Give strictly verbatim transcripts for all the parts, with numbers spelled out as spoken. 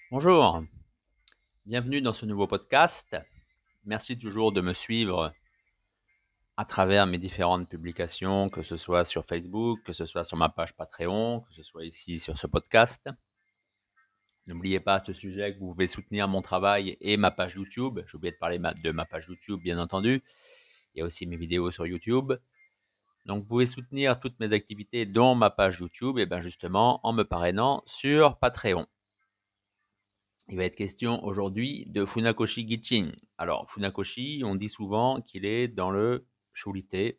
Bonjour, bienvenue dans ce nouveau podcast. Merci toujours de me suivre à travers mes différentes publications, que ce soit sur Facebook, que ce soit sur ma page Patreon, que ce soit ici sur ce podcast. N'oubliez pas à ce sujet que vous pouvez soutenir mon travail et ma page YouTube. J'ai oublié de parler de ma page YouTube, bien entendu. Il y a aussi mes vidéos sur YouTube. Donc, vous pouvez soutenir toutes mes activités, dont ma page YouTube, et bien justement en me parrainant sur Patreon. Il va être question aujourd'hui de Funakoshi Gichin. Alors, Funakoshi, on dit souvent qu'il est dans le Shurite.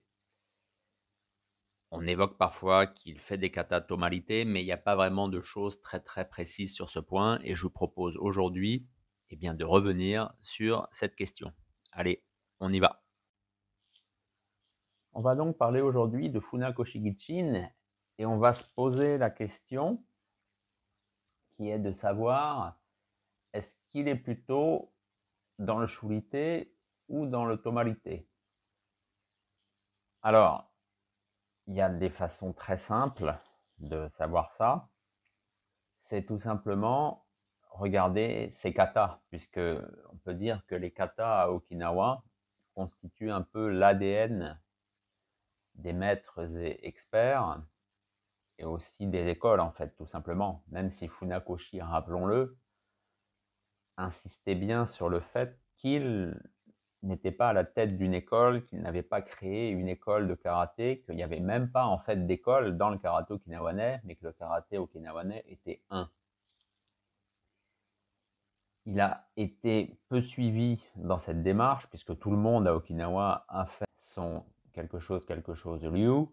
On évoque parfois qu'il fait des katas Tomarite, mais il n'y a pas vraiment de choses très très précises sur ce point, et je vous propose aujourd'hui eh bien, de revenir sur cette question. Allez, on y va. On va donc parler aujourd'hui de Funakoshi Gichin, et on va se poser la question qui est de savoir est-ce qu'il est plutôt dans le Shurite ou dans le Tomarite. Alors, il y a des façons très simples de savoir ça. C'est tout simplement regarder ses katas, puisque on peut dire que les katas à Okinawa constituent un peu l'A D N des maîtres et experts, et aussi des écoles en fait, tout simplement. Même si Funakoshi, rappelons-le, insistait bien sur le fait qu'il n'était pas à la tête d'une école, qu'il n'avait pas créé une école de karaté, qu'il n'y avait même pas en fait d'école dans le karaté okinawanais, mais que le karaté okinawanais était un. Il a été peu suivi dans cette démarche, puisque tout le monde à Okinawa a fait son quelque chose quelque chose Ryu,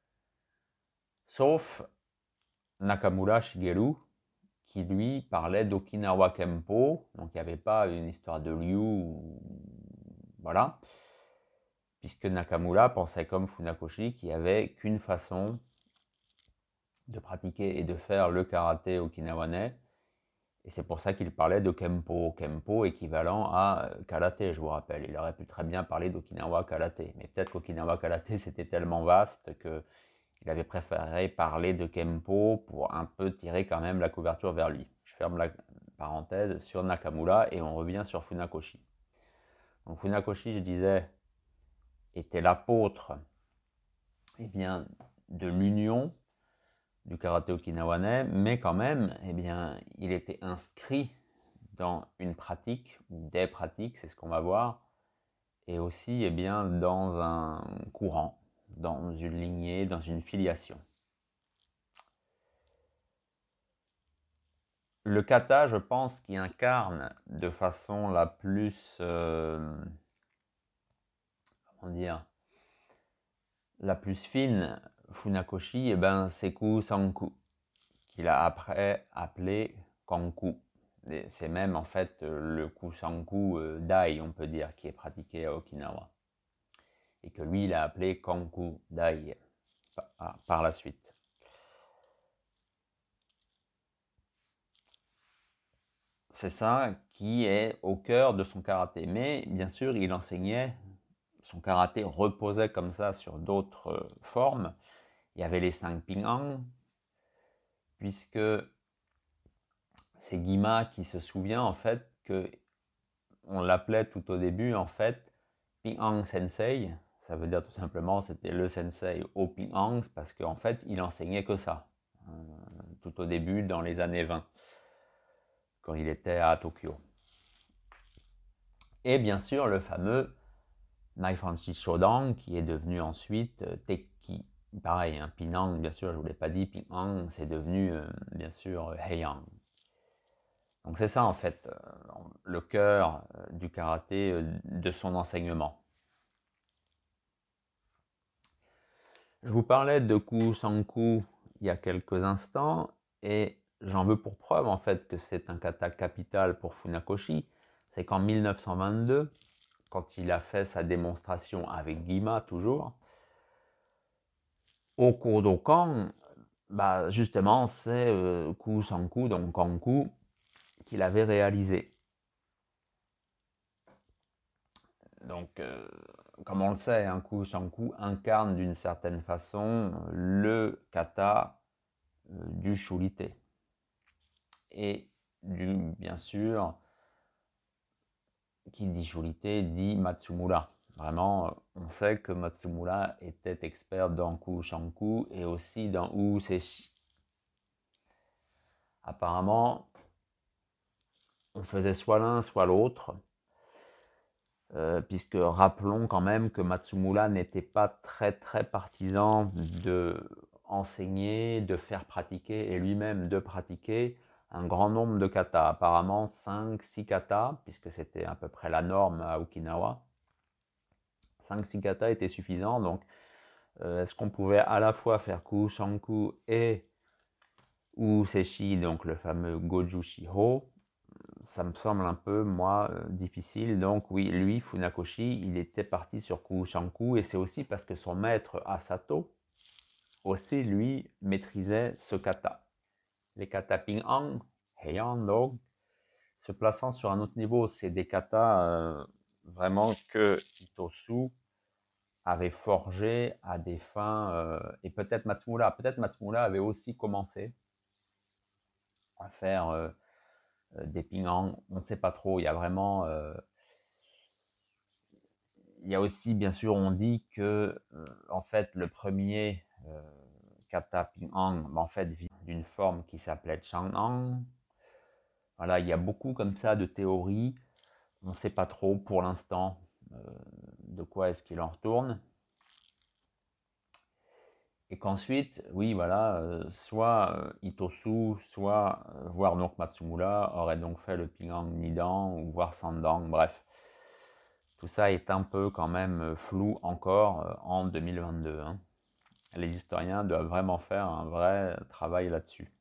sauf Nakamura Shigeru, qui lui parlait d'Okinawa Kempo, donc il n'y avait pas une histoire de Ryu, voilà. Puisque Nakamura pensait comme Funakoshi qu'il n'y avait qu'une façon de pratiquer et de faire le karaté okinawanais, et c'est pour ça qu'il parlait de Kempo, Kempo équivalent à karaté, je vous rappelle. Il aurait pu très bien parler d'Okinawa karaté, mais peut-être qu'Okinawa karaté c'était tellement vaste qu'il avait préféré parler de Kempo pour un peu tirer quand même la couverture vers lui. Je ferme la parenthèse sur Nakamura et on revient sur Funakoshi. Donc Funakoshi, je disais, était l'apôtre eh bien, de l'union du karaté okinawanais, mais quand même, eh bien, il était inscrit dans une pratique, ou des pratiques, c'est ce qu'on va voir, et aussi eh bien, dans un courant, dans une lignée, dans une filiation. Le kata, je pense, qui incarne de façon la plus, euh, comment dire, la plus fine, Funakoshi, eh ben, c'est Ku-Sanku, qu'il a après appelé Kanku. C'est même en fait le Kusanku Dai, on peut dire, qui est pratiqué à Okinawa. Et que lui, il a appelé Kanku Dai par la suite. C'est ça qui est au cœur de son karaté. Mais bien sûr, il enseignait, son karaté reposait comme ça sur d'autres formes. Il y avait les cinq Ping-An, puisque c'est Guima qui se souvient en fait que on l'appelait tout au début en fait Ping-An Sensei. Ça veut dire tout simplement c'était le sensei au Ping-An parce qu'en fait il enseignait que ça euh, tout au début dans les années vingt quand il était à Tokyo. Et bien sûr le fameux Nai Francis Shodan qui est devenu ensuite euh, Tekki. Pareil, hein, Pinang, bien sûr, je ne vous l'ai pas dit, Ping-An, c'est devenu euh, bien sûr Heian. Donc c'est ça en fait euh, le cœur euh, du karaté, euh, de son enseignement. Je vous parlais de Kusanku il y a quelques instants et j'en veux pour preuve en fait que c'est un kata capital pour Funakoshi. C'est qu'en mille neuf cent vingt-deux, quand il a fait sa démonstration avec Gima toujours, au Kodokan, bah justement c'est euh, Kusanku, donc Kanku, qu'il avait réalisé. Donc, euh, comme on le sait, un Kusanku incarne d'une certaine façon le kata euh, du Shurite et du, sûr, qui dit Shurite dit Matsumura. Vraiment, on sait que Matsumura était expert dans Kushanku et aussi dans Useshi. Apparemment, on faisait soit l'un, soit l'autre, euh, puisque rappelons quand même que Matsumura n'était pas très très partisan de enseigner, de faire pratiquer et lui-même de pratiquer un grand nombre de katas, apparemment cinq six katas, puisque c'était à peu près la norme à Okinawa. cinq six katas était suffisant, donc euh, est-ce qu'on pouvait à la fois faire Kushanku et Useshi, donc le fameux Goju Shiho? Ça me semble un peu, moi, euh, difficile. Donc oui, lui, Funakoshi, il était parti sur Kushanku, et c'est aussi parce que son maître Asato, aussi, lui, maîtrisait ce kata. Les katas Ping-An, Heian, donc, se plaçant sur un autre niveau, c'est des katas euh, vraiment que Itosu avait forgé à des fins, euh, et peut-être Matsumura, peut-être Matsumura avait aussi commencé à faire euh, des Ping-An, on ne sait pas trop, il y a vraiment... Euh, il y a aussi, bien sûr, on dit que, euh, en fait, le premier euh, kata Ping-An, en fait, vient d'une forme qui s'appelait Chang-An. Voilà, il y a beaucoup comme ça de théories. On ne sait pas trop pour l'instant euh, de quoi est-ce qu'il en retourne. Et qu'ensuite, oui, voilà, euh, soit euh, Itosu, soit, euh, voire donc Matsumura, aurait donc fait le Ping-An Nidan, ou voire Sandang, bref. Tout ça est un peu quand même flou encore euh, en deux mille vingt-deux. Hein. Les historiens doivent vraiment faire un vrai travail là-dessus.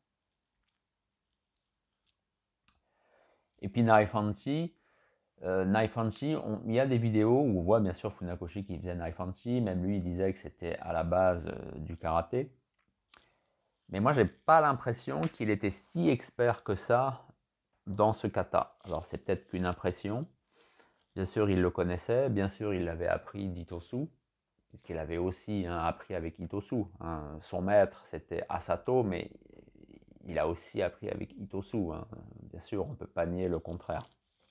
Et puis Naifanchi, euh, Naifanchi, il y a des vidéos où on voit bien sûr Funakoshi qui faisait Naifanchi, même lui il disait que c'était à la base euh, du karaté. Mais moi j'ai pas l'impression qu'il était si expert que ça dans ce kata. Alors c'est peut-être qu'une impression. Bien sûr il le connaissait, bien sûr il l'avait appris d'Itosu, puisqu'il avait aussi hein, appris avec Itosu. Hein. Son maître, c'était Asato, mais il a aussi appris avec Itosu. Hein. Bien sûr, on ne peut pas nier le contraire.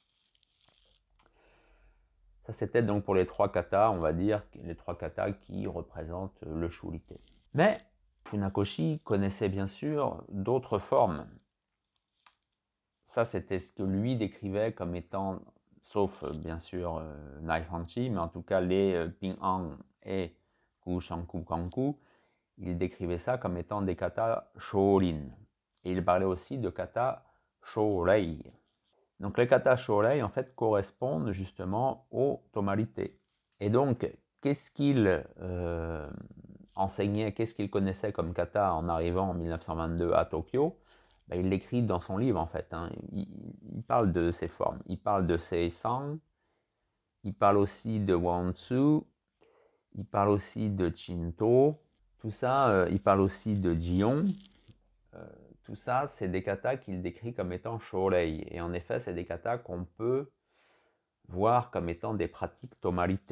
Ça, c'était donc pour les trois katas, on va dire, les trois katas qui représentent le Shurite. Mais Funakoshi connaissait bien sûr d'autres formes. Ça, c'était ce que lui décrivait comme étant, sauf bien sûr euh, Naifanchi, mais en tout cas les euh, Ping-An et Kushanku Kanku, il décrivait ça comme étant des katas Shorin. Et il parlait aussi de katas Shorei. Donc les katas Shorei, en fait, correspondent justement aux Tomarite. Et donc, qu'est-ce qu'il euh, enseignait, qu'est-ce qu'il connaissait comme kata en arrivant en mille neuf cent vingt-deux à Tokyo? Ben, il l'écrit dans son livre, en fait. Hein. Il, il parle de ces formes. Il parle de Seisang, il parle aussi de Wantsu, il parle aussi de Shinto. Tout ça, euh, il parle aussi de Jion. Euh, tout ça, c'est des katas qu'il décrit comme étant shorei. Et en effet, c'est des katas qu'on peut voir comme étant des pratiques tomarite.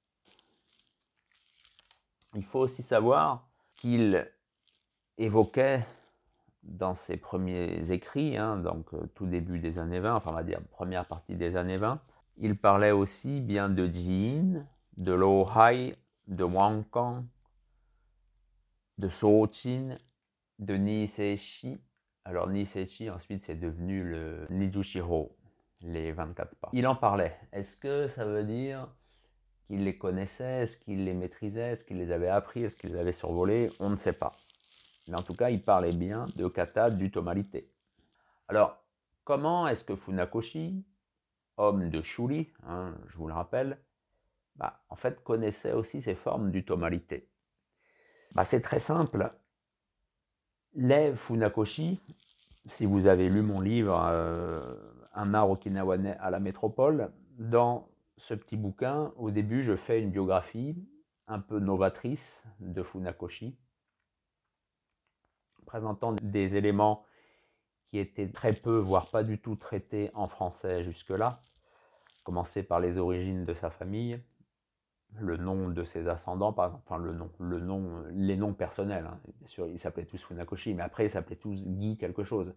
Il faut aussi savoir qu'il évoquait dans ses premiers écrits, hein, donc euh, tout début des années vingt, enfin on va dire première partie des années vingt, il parlait aussi bien de Jin, de Lohai, de Wankan, de Sochin, de Niseshi. Alors Niseshi, ensuite, c'est devenu le Nijushiro, les vingt-quatre pas. Il en parlait. Est-ce que ça veut dire qu'il les connaissait? Est-ce qu'il les maîtrisait? Est-ce qu'il les avait appris? Est-ce qu'il les avait survolés? On ne sait pas. Mais en tout cas, il parlait bien de kata du Tomarite. Alors, comment est-ce que Funakoshi, homme de Shuri, hein, je vous le rappelle, bah, en fait, connaissait aussi ces formes du Tomarite? Bah, c'est très simple. Les Funakoshi, si vous avez lu mon livre euh, Un art okinawanais à la métropole, dans ce petit bouquin, au début, je fais une biographie un peu novatrice de Funakoshi, présentant des éléments qui étaient très peu, voire pas du tout traités en français jusque-là, commencer par les origines de sa famille, le nom de ses ascendants, par exemple, enfin le nom, le nom, les noms personnels, hein. Bien sûr, ils s'appelaient tous Funakoshi, mais après ils s'appelaient tous Guy quelque chose,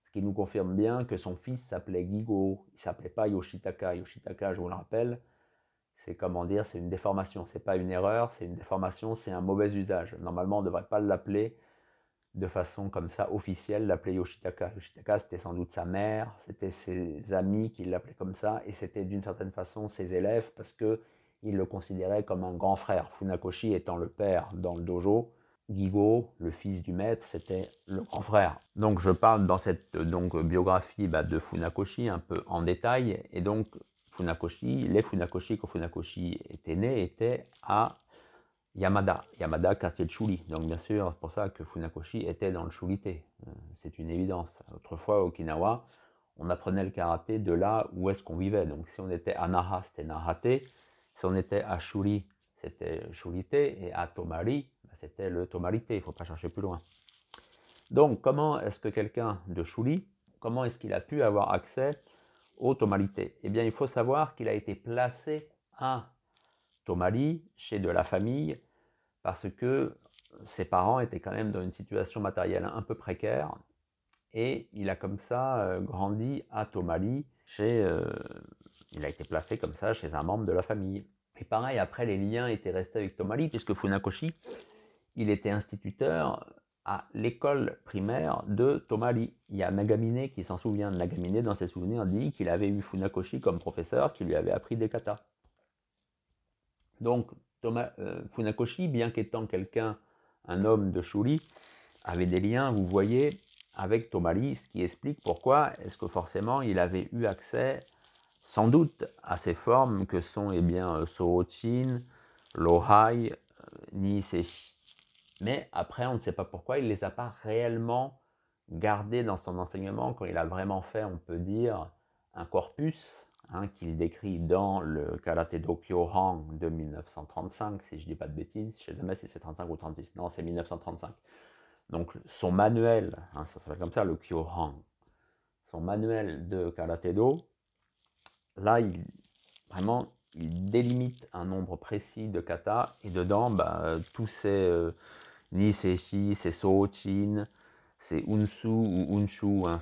Ce qui nous confirme bien que son fils s'appelait Gigo, il ne s'appelait pas Yoshitaka. Yoshitaka, je vous le rappelle, c'est comment dire, c'est une déformation, c'est pas une erreur, c'est une déformation, c'est un mauvais usage. Normalement, on ne devrait pas l'appeler de façon comme ça officielle, l'appeler Yoshitaka. Yoshitaka, c'était sans doute sa mère, c'était ses amis qui l'appelaient comme ça, et c'était d'une certaine façon ses élèves, parce qu'ils le considéraient comme un grand frère. Funakoshi étant le père dans le dojo, Gigo, le fils du maître, c'était le grand frère. Donc je parle dans cette donc, biographie bah, de Funakoshi un peu en détail, et donc Funakoshi, les Funakoshi, quand Funakoshi était né, étaient à Yamada, Yamada, quartier de Shuri. Donc bien sûr, c'est pour ça que Funakoshi était dans le Shurite. C'est une évidence. Autrefois, à Okinawa, on apprenait le karaté de là où est-ce qu'on vivait. Donc si on était à Naha, c'était Nahate. Si on était à Shuri, c'était Shurite. Et à Tomari, c'était le Tomarite. Il ne faut pas chercher plus loin. Donc comment est-ce que quelqu'un de Shuri, comment est-ce qu'il a pu avoir accès au Tomarite? Eh bien, il faut savoir qu'il a été placé à Tomari, chez de la famille, parce que ses parents étaient quand même dans une situation matérielle un peu précaire, et il a comme ça euh, grandi à Tomari, chez, euh, il a été placé comme ça chez un membre de la famille. Et pareil, après les liens étaient restés avec Tomari, puisque Funakoshi, il était instituteur à l'école primaire de Tomari. Il y a Nagamine qui s'en souvient. Nagamine, dans ses souvenirs, dit qu'il avait eu Funakoshi comme professeur, qui lui avait appris des katas. Donc, Thomas, euh, Funakoshi, bien qu'étant quelqu'un, un homme de Shuri, avait des liens, vous voyez, avec Tomari, ce qui explique pourquoi est-ce que forcément il avait eu accès, sans doute, à ces formes que sont eh bien, Sohochin, Lohai, Niseshi. Mais après, on ne sait pas pourquoi, il ne les a pas réellement gardés dans son enseignement, quand il a vraiment fait, on peut dire, un corpus, Hein, qu'il décrit dans le Karaté-do Kyohan de mille neuf cent trente-cinq, si je ne dis pas de bêtises, je ne sais jamais si c'est trente-cinq ou trente-six, non c'est mille neuf cent trente-cinq. Donc son manuel, hein, ça s'appelle comme ça, le Kyohan, son manuel de Karaté-do, là il, vraiment il délimite un nombre précis de kata, et dedans bah, tous ces euh, Niseshi, ces Sohochin, ces Unsu ou Unshu, hein,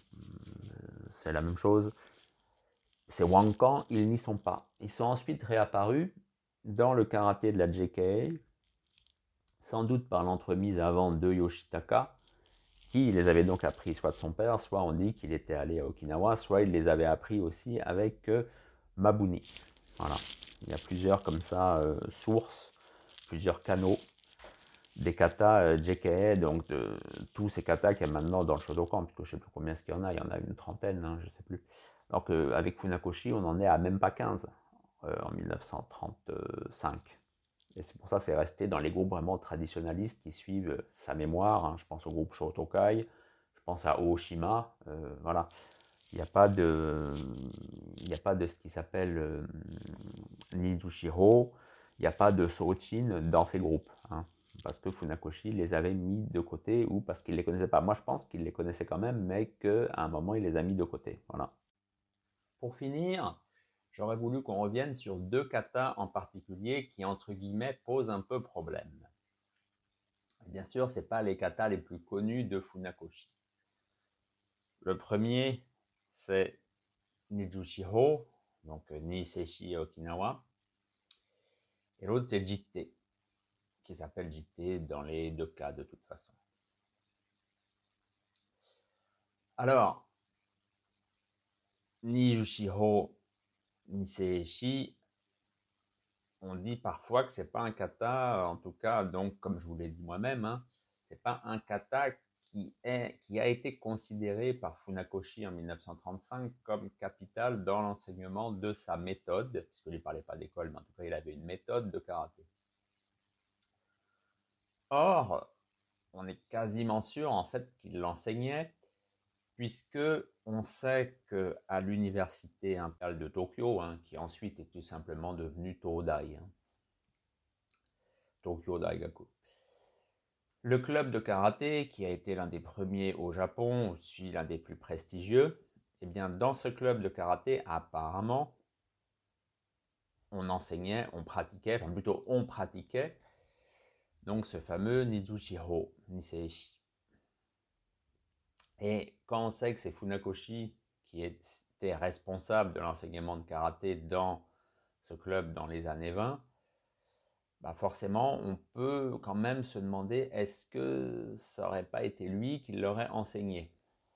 c'est la même chose. Ces Wankan, ils n'y sont pas. Ils sont ensuite réapparus dans le karaté de la J K A, sans doute par l'entremise avant de Yoshitaka, qui les avait donc appris soit de son père, soit on dit qu'il était allé à Okinawa, soit il les avait appris aussi avec euh, Mabuni. Voilà. Il y a plusieurs comme ça euh, sources, plusieurs canaux des katas euh, J K A, donc de tous ces katas qu'il y a maintenant dans le Shodokan, parce que je ne sais plus combien il y en a, il y en a une trentaine, hein, je ne sais plus. Alors qu'avec Funakoshi, on en est à même pas quinze euh, en mille neuf cent trente-cinq. Et c'est pour ça que c'est resté dans les groupes vraiment traditionnalistes qui suivent sa mémoire. Hein. Je pense au groupe Shotokai, je pense à Ooshima. Euh, voilà. Il n'y a pas de, il n'y a pas de ce qui s'appelle euh, Nijushiro, il n'y a pas de Sohochin dans ces groupes. Hein, parce que Funakoshi les avait mis de côté ou parce qu'il ne les connaissait pas. Moi, je pense qu'il les connaissait quand même, mais qu'à un moment, il les a mis de côté. Voilà. Pour finir, j'aurais voulu qu'on revienne sur deux katas en particulier qui, entre guillemets, posent un peu problème. Bien sûr, ce n'est pas les katas les plus connus de Funakoshi. Le premier, c'est Nijushiro, donc Niseshi Okinawa. Et l'autre, c'est Jitte, qui s'appelle Jitte dans les deux cas de toute façon. Alors, Nijushiro, Niseshi, on dit parfois que c'est pas un kata, en tout cas, donc comme je vous l'ai dit moi-même, hein, c'est pas un kata qui, est, qui a été considéré par Funakoshi en mille neuf cent trente-cinq comme capital dans l'enseignement de sa méthode, puisqu'il ne parlait pas d'école, mais en tout cas il avait une méthode de karaté. Or, on est quasiment sûr en fait qu'il l'enseignait, puisque on sait qu'à l'université impériale de Tokyo, hein, qui ensuite est tout simplement devenue Todai, hein, Tokyo Daigaku. Le club de karaté, qui a été l'un des premiers au Japon, aussi l'un des plus prestigieux, eh bien dans ce club de karaté, apparemment, on enseignait, on pratiquait, enfin plutôt on pratiquait, donc ce fameux Nijushiro, Niseshi. Et quand on sait que c'est Funakoshi qui était responsable de l'enseignement de karaté dans ce club dans les années vingt, bah forcément, on peut quand même se demander est-ce que ça n'aurait pas été lui qui l'aurait enseigné.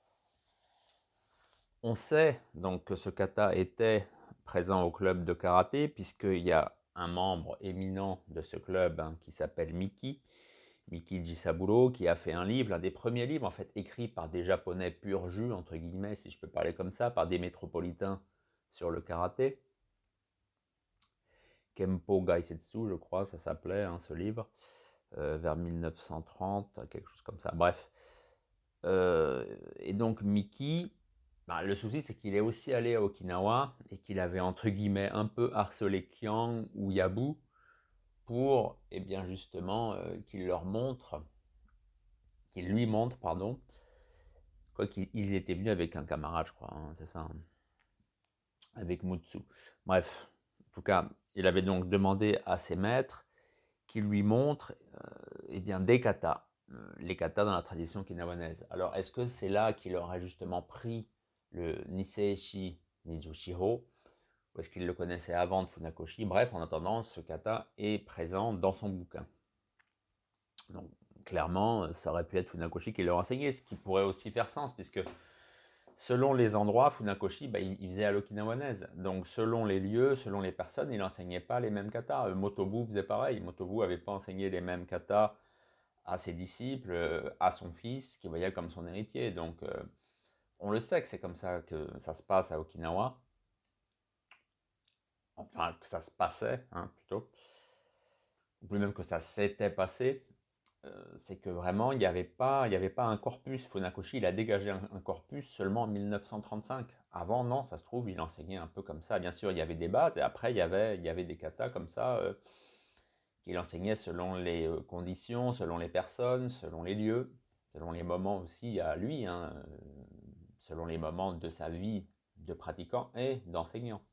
On sait donc que ce kata était présent au club de karaté, puisqu'il y a un membre éminent de ce club hein, qui s'appelle Miki, Miki Jisaburo, qui a fait un livre, l'un des premiers livres en fait écrits par des japonais pur jus, entre guillemets, si je peux parler comme ça, par des métropolitains sur le karaté. Kempo Gaisetsu, je crois, ça s'appelait, hein, ce livre, euh, vers mille neuf cent trente, quelque chose comme ça. Bref. Euh, et donc Miki, bah, le souci c'est qu'il est aussi allé à Okinawa et qu'il avait entre guillemets un peu harcelé Kiang ou Yabu pour, eh bien justement, euh, qu'il leur montre, qu'il lui montre, pardon, quoi qu'il était venu avec un camarade, je crois, hein, c'est ça, hein, avec Mutsu. Bref, en tout cas, il avait donc demandé à ses maîtres qu'il lui montrent euh, eh bien, des katas, euh, les katas dans la tradition okinawannaise. Alors, est-ce que c'est là qu'il aurait justement pris le Niseishi Nijushiro, ou est-ce qu'il le connaissait avant de Funakoshi? Bref, en attendant, ce kata est présent dans son bouquin. Donc, clairement, ça aurait pu être Funakoshi qui l'aurait enseigné, ce qui pourrait aussi faire sens, puisque selon les endroits, Funakoshi, bah, il, il faisait à l'okinawannaise. Donc, selon les lieux, selon les personnes, il n'enseignait pas les mêmes katas. Euh, Motobu faisait pareil. Motobu n'avait pas enseigné les mêmes katas à ses disciples, euh, à son fils, qu'il voyait comme son héritier. Donc, euh, on le sait que c'est comme ça que ça se passe à Okinawa. Enfin, que ça se passait, hein, plutôt. Ou plus même que ça s'était passé. Euh, c'est que vraiment, il n'y avait, pas, il y avait pas un corpus. Funakoshi, il a dégagé un, un corpus seulement en mille neuf cent trente-cinq. Avant, non, ça se trouve, il enseignait un peu comme ça. Bien sûr, il y avait des bases, et après, il y avait, il y avait des katas comme ça, euh, qu'il enseignait selon les euh, conditions, selon les personnes, selon les lieux, selon les moments aussi à lui, hein, euh, selon les moments de sa vie de pratiquant et d'enseignant.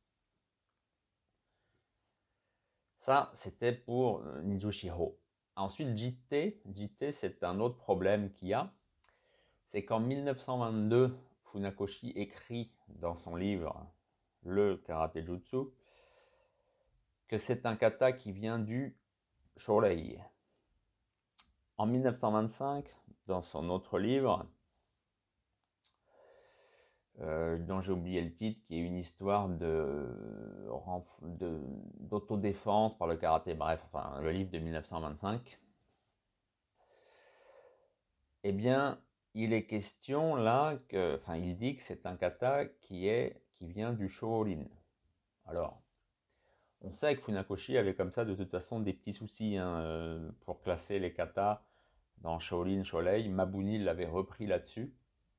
Ça, c'était pour euh, Nijushiro. Ensuite, Jite, Jite, c'est un autre problème qu'il y a. C'est qu'en mille neuf cent vingt-deux, Funakoshi écrit dans son livre Le Karate Jutsu que c'est un kata qui vient du Shorei. En mille neuf cent vingt-cinq, dans son autre livre, euh, dont j'ai oublié le titre, qui est une histoire de, de, d'autodéfense par le karaté, bref, enfin, le livre de mille neuf cent vingt-cinq, eh bien, il est question là, que, enfin, il dit que c'est un kata qui, est, qui vient du Shaolin. Alors, on sait que Funakoshi avait comme ça de toute façon des petits soucis hein, euh, pour classer les katas dans Shaolin, Shorei. Mabuni l'avait repris là-dessus.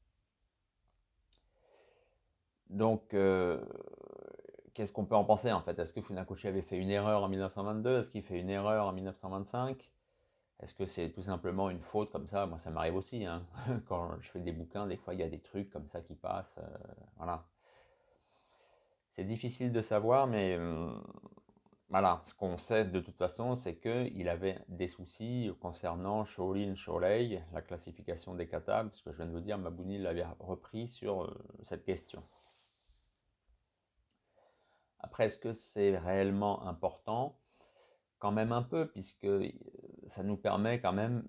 Donc, euh, qu'est-ce qu'on peut en penser en fait? Est-ce que Funakoshi avait fait une erreur en mille neuf cent vingt-deux? Est-ce qu'il fait une erreur en mille neuf cent vingt-cinq? Est-ce que c'est tout simplement une faute comme ça? Moi, ça m'arrive aussi. Hein. Quand je fais des bouquins, des fois, il y a des trucs comme ça qui passent. Euh, voilà. C'est difficile de savoir, mais euh, voilà. Ce qu'on sait de toute façon, c'est qu'il avait des soucis concernant Shaolin, Shorei, la classification des katas, parce que je viens de vous dire, Mabuni l'avait repris sur euh, cette question. Après, est-ce que c'est réellement important? Quand même un peu, puisque ça nous permet quand même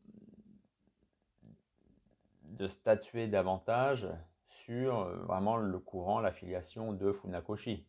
de statuer davantage sur euh, vraiment le courant, l'affiliation de Funakoshi.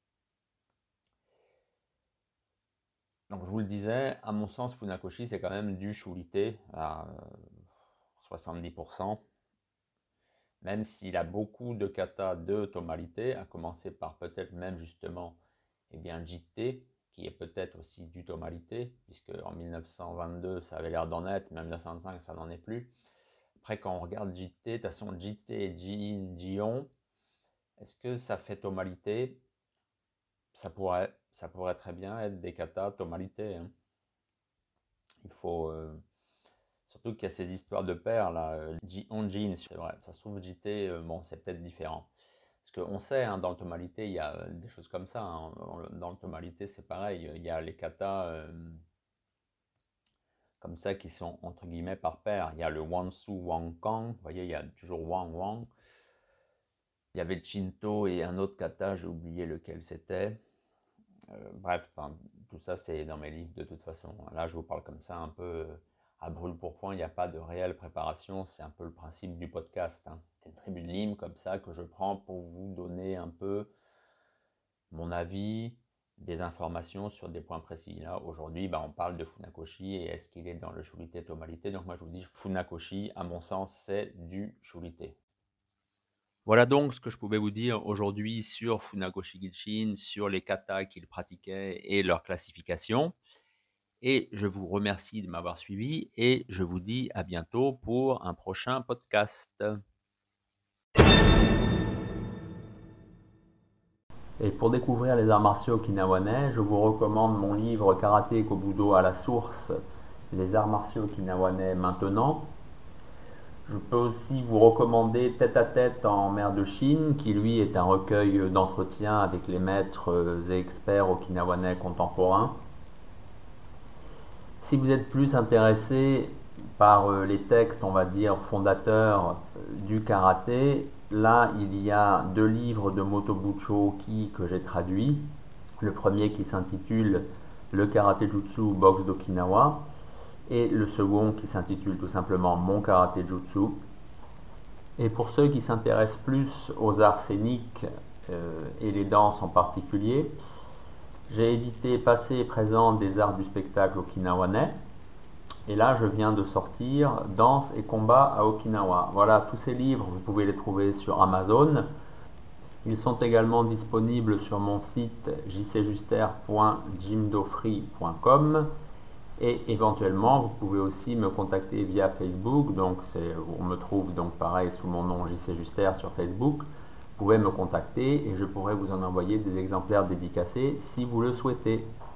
Donc je vous le disais, à mon sens, Funakoshi c'est quand même du Shurite à soixante-dix pour cent, même s'il a beaucoup de kata de Tomarite, à commencer par peut-être même justement eh bien, Jite, qui est peut-être aussi du Tomarite, puisque en mille neuf cent vingt-deux ça avait l'air d'en être, mais en mille neuf cent vingt-cinq ça n'en est plus. Après, quand on regarde Jite, de toute façon, Jite, Jin, Jion, est-ce que ça fait tonalité? Ça pourrait, ça pourrait très bien être des katas tonalité. Hein. Il faut. Euh, surtout qu'il y a ces histoires de paires là. Jion, Jin, c'est vrai. Ça se trouve, Jite, euh, bon, c'est peut-être différent. Parce qu'on sait, hein, dans le tonalité, il y a des choses comme ça. Hein. Dans le tonalité, c'est pareil. Il y a les katas. Euh, comme ça qui sont entre guillemets par paire. Il y a le Wansu Wankang, vous voyez, il y a toujours Wang Wang. Il y avait Shinto et un autre kata, j'ai oublié lequel c'était. Euh, bref, enfin, tout ça c'est dans mes livres de toute façon. Là, je vous parle comme ça un peu à brûle pour point, il n'y a pas de réelle préparation, c'est un peu le principe du podcast. Hein. C'est une tribu de limes comme ça que je prends pour vous donner un peu mon avis, des informations sur des points précis. Là, aujourd'hui, bah, on parle de Funakoshi et est-ce qu'il est dans le Shurite Tomalite. Donc moi, je vous dis Funakoshi, à mon sens, c'est du Shurite. Voilà donc ce que je pouvais vous dire aujourd'hui sur Funakoshi Gichin, sur les katas qu'il pratiquait et leur classification. Et je vous remercie de m'avoir suivi et je vous dis à bientôt pour un prochain podcast. Et pour découvrir les arts martiaux okinawanais, je vous recommande mon livre Karaté Kobudo à la source, les arts martiaux okinawanais maintenant. Je peux aussi vous recommander Tête à tête en mer de Chine, qui lui est un recueil d'entretiens avec les maîtres et experts okinawanais contemporains. Si vous êtes plus intéressé par les textes, on va dire, fondateurs du karaté, là, il y a deux livres de Motobucho Oki que j'ai traduits. Le premier qui s'intitule Le karaté jutsu boxe d'Okinawa et le second qui s'intitule tout simplement Mon karaté jutsu. Et pour ceux qui s'intéressent plus aux arts scéniques euh, et les danses en particulier, j'ai édité Passé et présent des arts du spectacle okinawanais. Et là, je viens de sortir Danse et combat à Okinawa. Voilà, tous ces livres, vous pouvez les trouver sur Amazon. Ils sont également disponibles sur mon site j c juster point jimdofree point com et éventuellement, vous pouvez aussi me contacter via Facebook. Donc, on me trouve donc pareil sous mon nom J C Juster sur Facebook. Vous pouvez me contacter et je pourrai vous en envoyer des exemplaires dédicacés si vous le souhaitez.